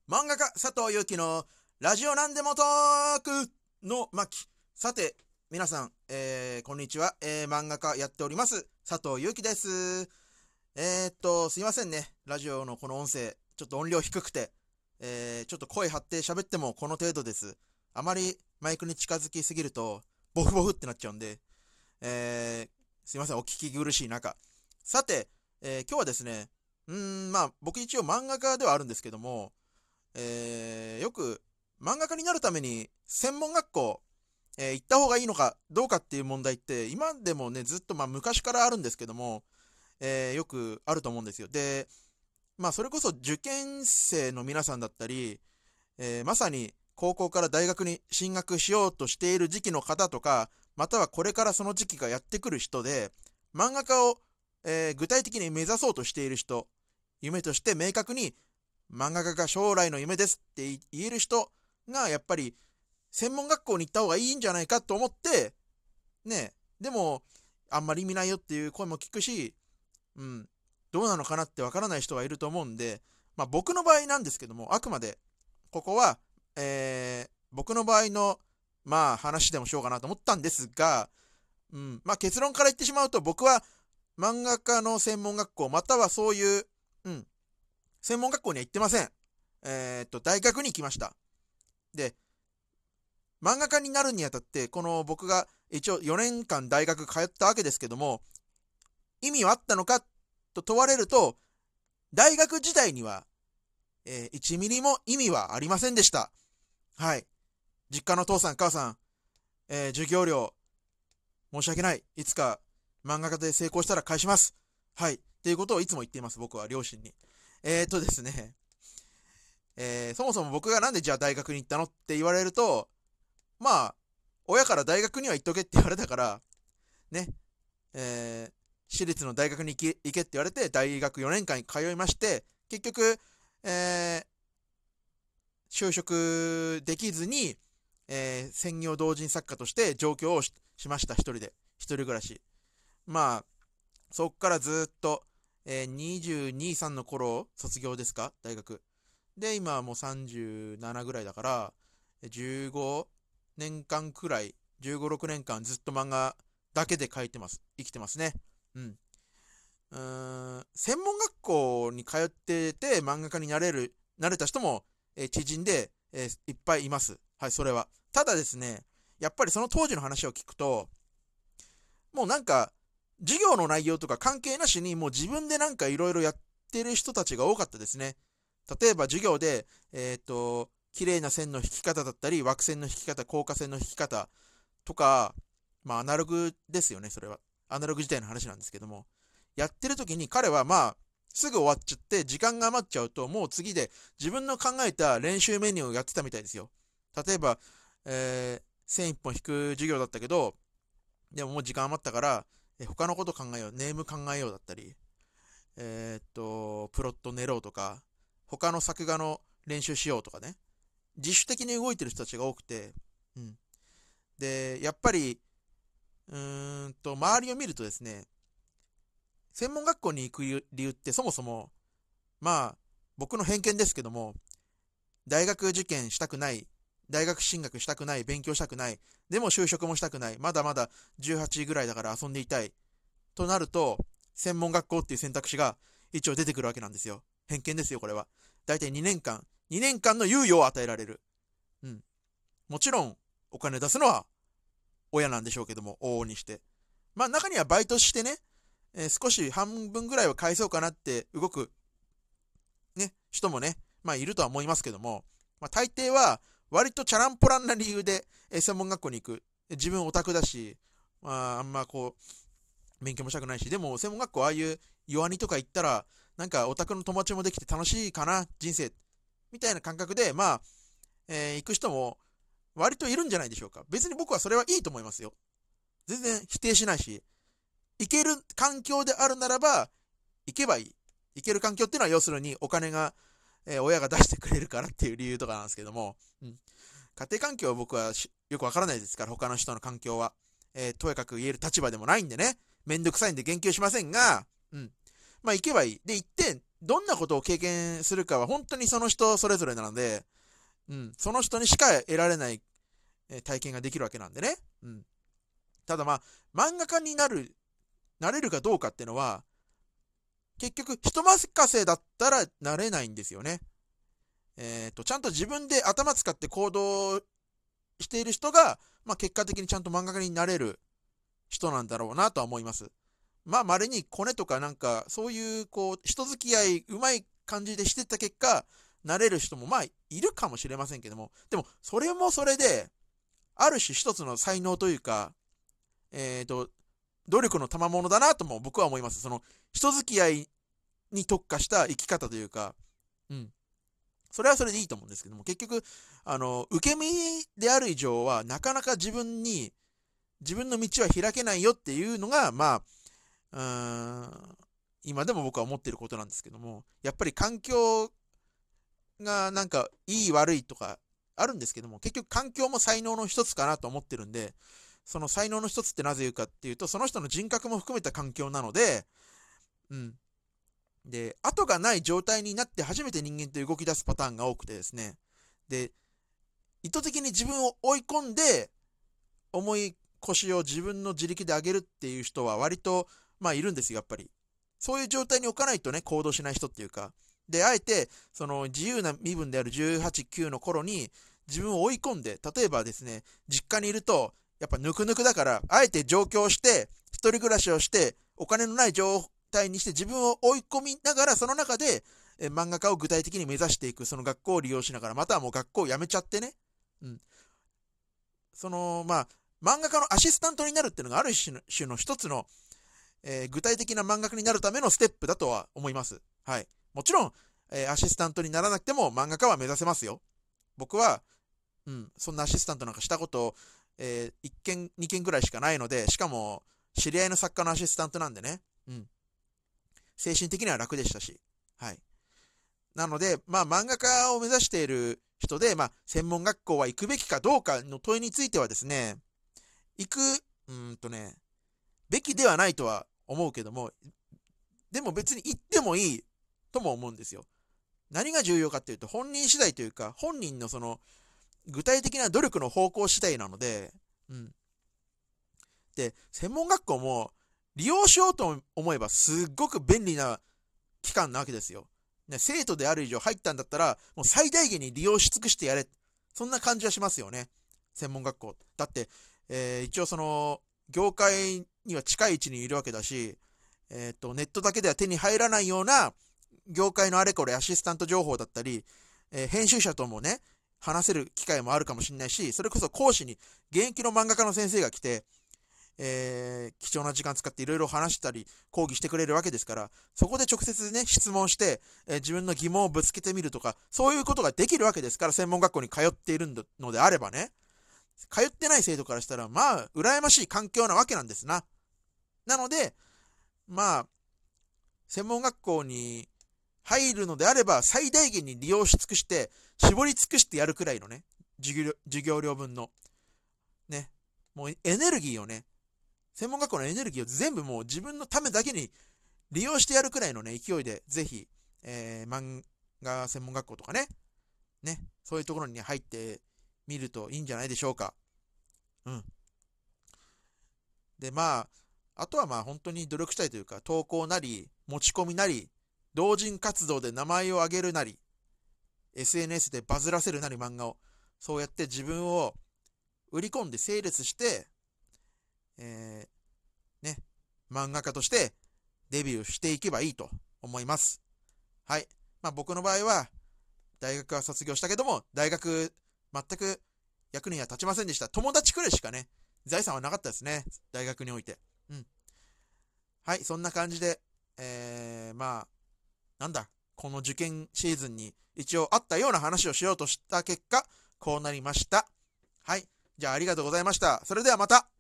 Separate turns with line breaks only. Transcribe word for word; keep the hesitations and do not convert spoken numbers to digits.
漫画家佐藤祐樹のラジオなんでもトークの巻。さて皆さん、えー、こんにちは、えー、漫画家やっております佐藤祐樹です。えー、っとすいませんね、ラジオのこの音声ちょっと音量低くて、えー、ちょっと声張って喋ってもこの程度です。あまりマイクに近づきすぎるとボフボフってなっちゃうんで、えー、すいません、お聞き苦しい中。さて、えー、今日はですね、うーんまあ僕一応漫画家ではあるんですけども、えー、よく漫画家になるために専門学校、えー行った方がいいのかどうかっていう問題って今でもねずっとまあ昔からあるんですけども、えーよくあると思うんですよ。で、まあそれこそ受験生の皆さんだったり、えーまさに高校から大学に進学しようとしている時期の方とか、またはこれからその時期がやってくる人で、漫画家を、えー具体的に目指そうとしている人、夢として明確に漫画家が将来の夢ですって言える人がやっぱり専門学校に行った方がいいんじゃないかと思ってね。でもあんまり意味ないよっていう声も聞くし、うん、どうなのかなってわからない人がいると思うんで、まあ僕の場合なんですけども、あくまでここは、えー僕の場合のまあ話でもしようかなと思ったんですが、うん、まあ結論から言ってしまうと、僕は漫画家の専門学校またはそういう、うん、専門学校には行ってません。えーっと、大学に行きました。で、漫画家になるにあたって、この僕が一応よねんかん大学通ったわけですけども、意味はあったのかと問われると、大学時代には、えーいちミリも意味はありませんでした。はい。実家の父さん、母さん、えー授業料、申し訳ない。いつか漫画家で成功したら返します。はい。っていうことをいつも言っています、僕は両親に。えーっとですね、えーそもそも僕がなんでじゃあ大学に行ったのって言われると、まあ、親から大学には行っとけって言われたから、ね、えー私立の大学に行け行けって言われて、大学よねんかん通いまして、結局、えー就職できずに、えー専業同人作家として上京を し, しました、一人で。一人暮らし。まあ、そっからずっと、えー、にじゅうに、さんの頃、卒業ですか、大学。で、今はもうさんじゅうななぐらいだから、じゅうごねんかんくらい、じゅうご、ろくねんかんずっと漫画だけで書いてます。生きてますね。うん。うーん、専門学校に通ってて漫画家になれる、なれた人も、えー知人で、えーいっぱいいます。はい、それは。ただですね、やっぱりその当時の話を聞くと、もうなんか、授業の内容とか関係なしに、もう自分でなんかいろいろやってる人たちが多かったですね。例えば授業で、えっと、綺麗な線の引き方だったり、枠線の引き方、効果線の引き方とか、まあアナログですよね、それは。アナログ時代の話なんですけども。やってる時に彼はまあ、すぐ終わっちゃって、時間が余っちゃうと、もう次で自分の考えた練習メニューをやってたみたいですよ。例えば、えー、線一本引く授業だったけど、でももう時間余ったから、え他のこと考えよう、ネーム考えようだったり、えーっと、プロット練ろうとか、他の作画の練習しようとかね、自主的に動いてる人たちが多くて、うん。で、やっぱり、うーんと、周りを見るとですね、専門学校に行く理由ってそもそも、まあ、僕の偏見ですけども、大学受験したくない、大学進学したくない、勉強したくない、でも就職もしたくない、まだまだじゅうはちぐらいだから遊んでいたい、となると、専門学校っていう選択肢が一応出てくるわけなんですよ。偏見ですよ、これは。だいたいにねんかん、にねんかんの猶予を与えられる。うん。もちろん、お金出すのは親なんでしょうけども、往々にして。まあ、中にはバイトしてね、えー少し半分ぐらいは返そうかなって動く、ね、人もね、まあ、いるとは思いますけども、まあ、大抵は、割とチャランポランな理由で、えー専門学校に行く。自分オタクだし、まあ、あんまこう、勉強もしたくないし、でも専門学校ああいう弱荷とか行ったら、なんかオタクの友達もできて楽しいかな、人生。みたいな感覚で、まあ、えー行く人も割といるんじゃないでしょうか。別に僕はそれはいいと思いますよ。全然否定しないし、行ける環境であるならば、行けばいい。行ける環境っていうのは要するにお金が、えー親が出してくれるからっていう理由とかなんですけども、うん、家庭環境は僕はよくわからないですから、他の人の環境は。えーとやかく言える立場でもないんでね、めんどくさいんで言及しませんが、うん。 まあ行けばいい。で、行って、どんなことを経験するかは本当にその人それぞれなので、うん、その人にしか得られない、えー体験ができるわけなんでね。うん。ただまあ、漫画家になる、なれるかどうかっていうのは、結局、人任せだったらなれないんですよね。えっと、ちゃんと自分で頭使って行動している人が、まあ結果的にちゃんと漫画家になれる人なんだろうなとは思います。まあ稀にコネとかなんか、そういうこう、人付き合いうまい感じでしてった結果、なれる人もまあいるかもしれませんけども、でもそれもそれで、ある種一つの才能というか、えっと、努力の賜物だなとも僕は思います。その、人付き合いに特化した生き方というか、うん。それはそれでいいと思うんですけども、結局、あの、受け身である以上は、なかなか自分に、自分の道は開けないよっていうのが、まあ、うーん、今でも僕は思っていることなんですけども、やっぱり環境がなんか、いい悪いとか、あるんですけども、結局環境も才能の一つかなと思ってるんで、その才能の一つってなぜ言うかっていうと、その人の人格も含めた環境なので、うん。で、後がない状態になって初めて人間って動き出すパターンが多くてですね。で、意図的に自分を追い込んで、重い腰を自分の自力で上げるっていう人は割と、まあいるんですよ、やっぱり。そういう状態に置かないとね、行動しない人っていうか。で、あえて、その自由な身分であるじゅうはち、きゅうの頃に自分を追い込んで、例えばですね、実家にいると、やっぱぬくぬくだから、あえて上京して、一人暮らしをして、お金のない状態にして自分を追い込みながら、その中で、え漫画家を具体的に目指していく、その学校を利用しながら、またはもう学校を辞めちゃってね、うん。その、まあ、漫画家のアシスタントになるっていうのがある種の種の一つの、えー具体的な漫画家になるためのステップだとは思います。はい。もちろん、えーアシスタントにならなくても漫画家は目指せますよ。僕は、うん、そんなアシスタントなんかしたこと、えー、いっけん、にけんぐらいしかないので、しかも、知り合いの作家のアシスタントなんでね、うん。精神的には楽でしたし、はい。なので、まあ、漫画家を目指している人で、まあ、専門学校は行くべきかどうかの問いについてはですね、行く、うーんとね、べきではないとは思うけども、でも別に行ってもいいとも思うんですよ。何が重要かっていうと、本人次第というか、本人のその、具体的な努力の方向次第なので、うん。で、専門学校も利用しようと思えばすっごく便利な機関なわけですよ。ね、生徒である以上入ったんだったら、もう最大限に利用し尽くしてやれ。そんな感じはしますよね。専門学校。だって、えー一応その、業界には近い位置にいるわけだし、えっと、ネットだけでは手に入らないような、業界のあれこれアシスタント情報だったり、えー編集者ともね、話せる機会もあるかもしれないし、それこそ講師に現役の漫画家の先生が来て、えー貴重な時間使っていろいろ話したり講義してくれるわけですから、そこで直接ね質問して、えー自分の疑問をぶつけてみるとか、そういうことができるわけですから、専門学校に通っているのであればね、通ってない生徒からしたらまあ羨ましい環境なわけなんですな。なので、まあ専門学校に入るのであれば最大限に利用し尽くして絞り尽くしてやるくらいのね、授業授業料分のね、もうエネルギーをね、専門学校のエネルギーを全部もう自分のためだけに利用してやるくらいのね、勢いで、ぜひ、えー、漫画専門学校とかね、ね、そういうところに、ね、入ってみるといいんじゃないでしょうか。うん。で、まあ、あとはまあ本当に努力したいというか、投稿なり、持ち込みなり、同人活動で名前を上げるなり、エスエヌエス でバズらせるなり漫画を、そうやって自分を売り込んで整列して、えー、ね、漫画家としてデビューしていけばいいと思います。はい。まあ僕の場合は、大学は卒業したけども、大学全く役には立ちませんでした。友達くらいしかね、財産はなかったですね。大学において。うん。はい、そんな感じで、えー、まあ、なんだ、この受験シーズンに一応あったような話をしようとした結果、こうなりました。はい。じゃあありがとうございました。それではまた。